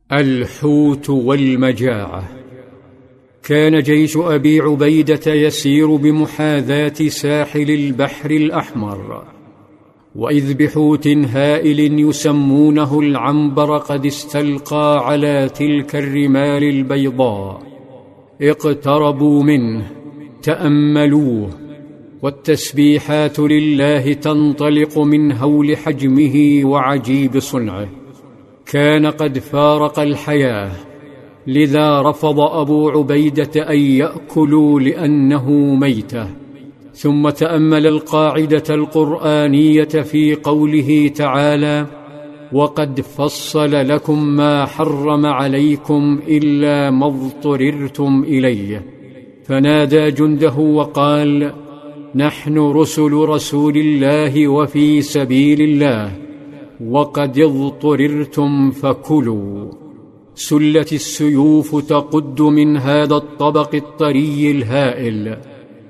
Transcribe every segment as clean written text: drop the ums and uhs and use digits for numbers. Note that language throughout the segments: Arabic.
الحوت والمجاعة. كان جيش أبي عبيدة يسير بمحاذاة ساحل البحر الأحمر، وإذ بحوت هائل يسمونه العنبر قد استلقى على تلك الرمال البيضاء. اقتربوا منه تأملوه، والتسبيحات لله تنطلق من هول حجمه وعجيب صنعه. كان قد فارق الحياة، لذا رفض أبو عبيدة أن يأكلوا لأنه ميتة. ثم تأمل القاعدة القرآنية في قوله تعالى: وقد فصل لكم ما حرم عليكم إلا ما اضطررتم إليه. فنادى جنده وقال: نحن رسل رسول الله وفي سبيل الله، وقد اضطررتم فكلوا. سلت السيوف تقد من هذا الطبق الطري الهائل،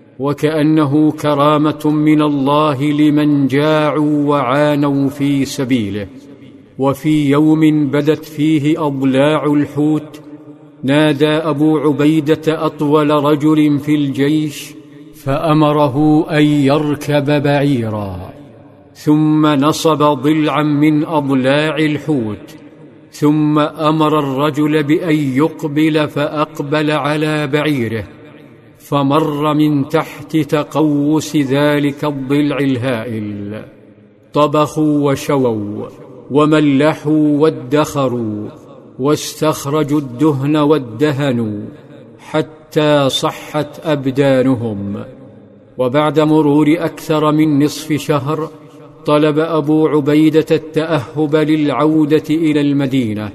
وكأنه كرامة من الله لمن جاعوا وعانوا في سبيله. وفي يوم بدت فيه أضلاع الحوت، نادى أبو عبيدة أطول رجل في الجيش فأمره أن يركب بعيرا، ثم نصب ضلعا من أضلاع الحوت، ثم أمر الرجل بأن يقبل فأقبل على بعيره، فمر من تحت تقوس ذلك الضلع الهائل. طبخوا وشووا وملحوا وادخروا، واستخرجوا الدهن وادهنوا حتى صحت أبدانهم. وبعد مرور أكثر من نصف شهر، طلب أبو عبيدة التأهب للعودة إلى المدينة،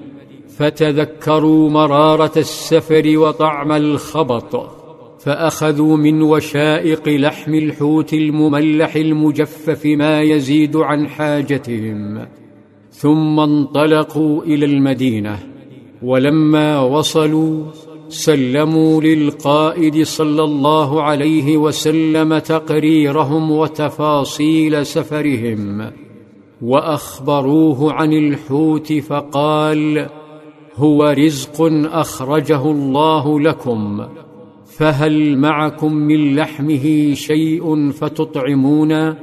فتذكروا مرارة السفر وطعم الخبط، فأخذوا من وشائق لحم الحوت المملح المجفف ما يزيد عن حاجتهم، ثم انطلقوا إلى المدينة. ولما وصلوا سلموا للقائد صلى الله عليه وسلم تقريرهم وتفاصيل سفرهم، وأخبروه عن الحوت، فقال: هو رزق أخرجه الله لكم، فهل معكم من لحمه شيء فتطعمون؟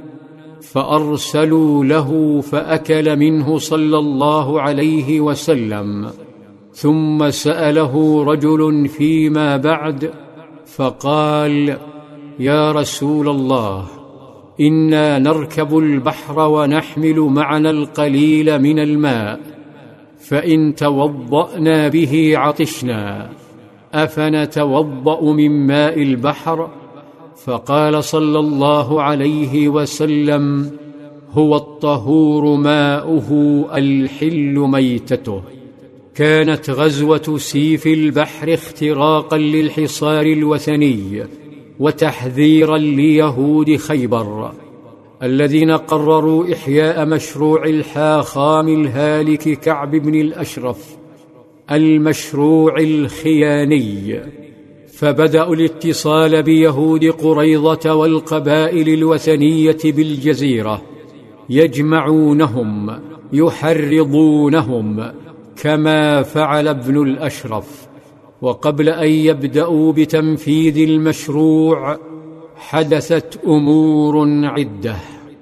فأرسلوا له فأكل منه صلى الله عليه وسلم. ثم سأله رجل فيما بعد فقال: يا رسول الله، إنا نركب البحر ونحمل معنا القليل من الماء، فإن توضأنا به عطشنا، أفنتوضأ من ماء البحر؟ فقال صلى الله عليه وسلم: هو الطهور ماؤه الحل ميتته. كانت غزوة سيف البحر اختراقا للحصار الوثني وتحذيرا ليهود خيبر، الذين قرروا إحياء مشروع الحاخام الهالك كعب بن الأشرف، المشروع الخياني. فبدأوا الاتصال بيهود قريظة والقبائل الوثنية بالجزيرة، يجمعونهم يحرضونهم كما فعل ابن الأشرف. وقبل أن يبدأوا بتنفيذ المشروع حدثت أمور عدة،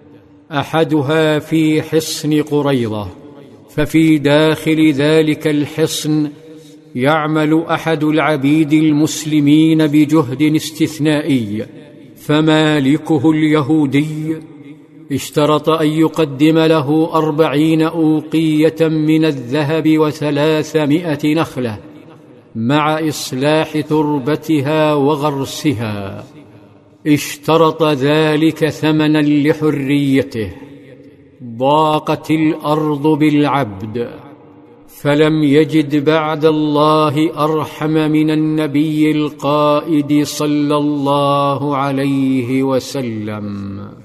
أحدها في حصن قريظة. ففي داخل ذلك الحصن يعمل أحد العبيد المسلمين بجهد استثنائي، فمالكه اليهودي اشترط أن يقدم له 40 أوقية من الذهب و300 نخلة، مع إصلاح تربتها وغرسها. اشترط ذلك ثمنا لحريته. ضاقت الأرض بالعبد، فلم يجد بعد الله أرحم من النبي القائد صلى الله عليه وسلم.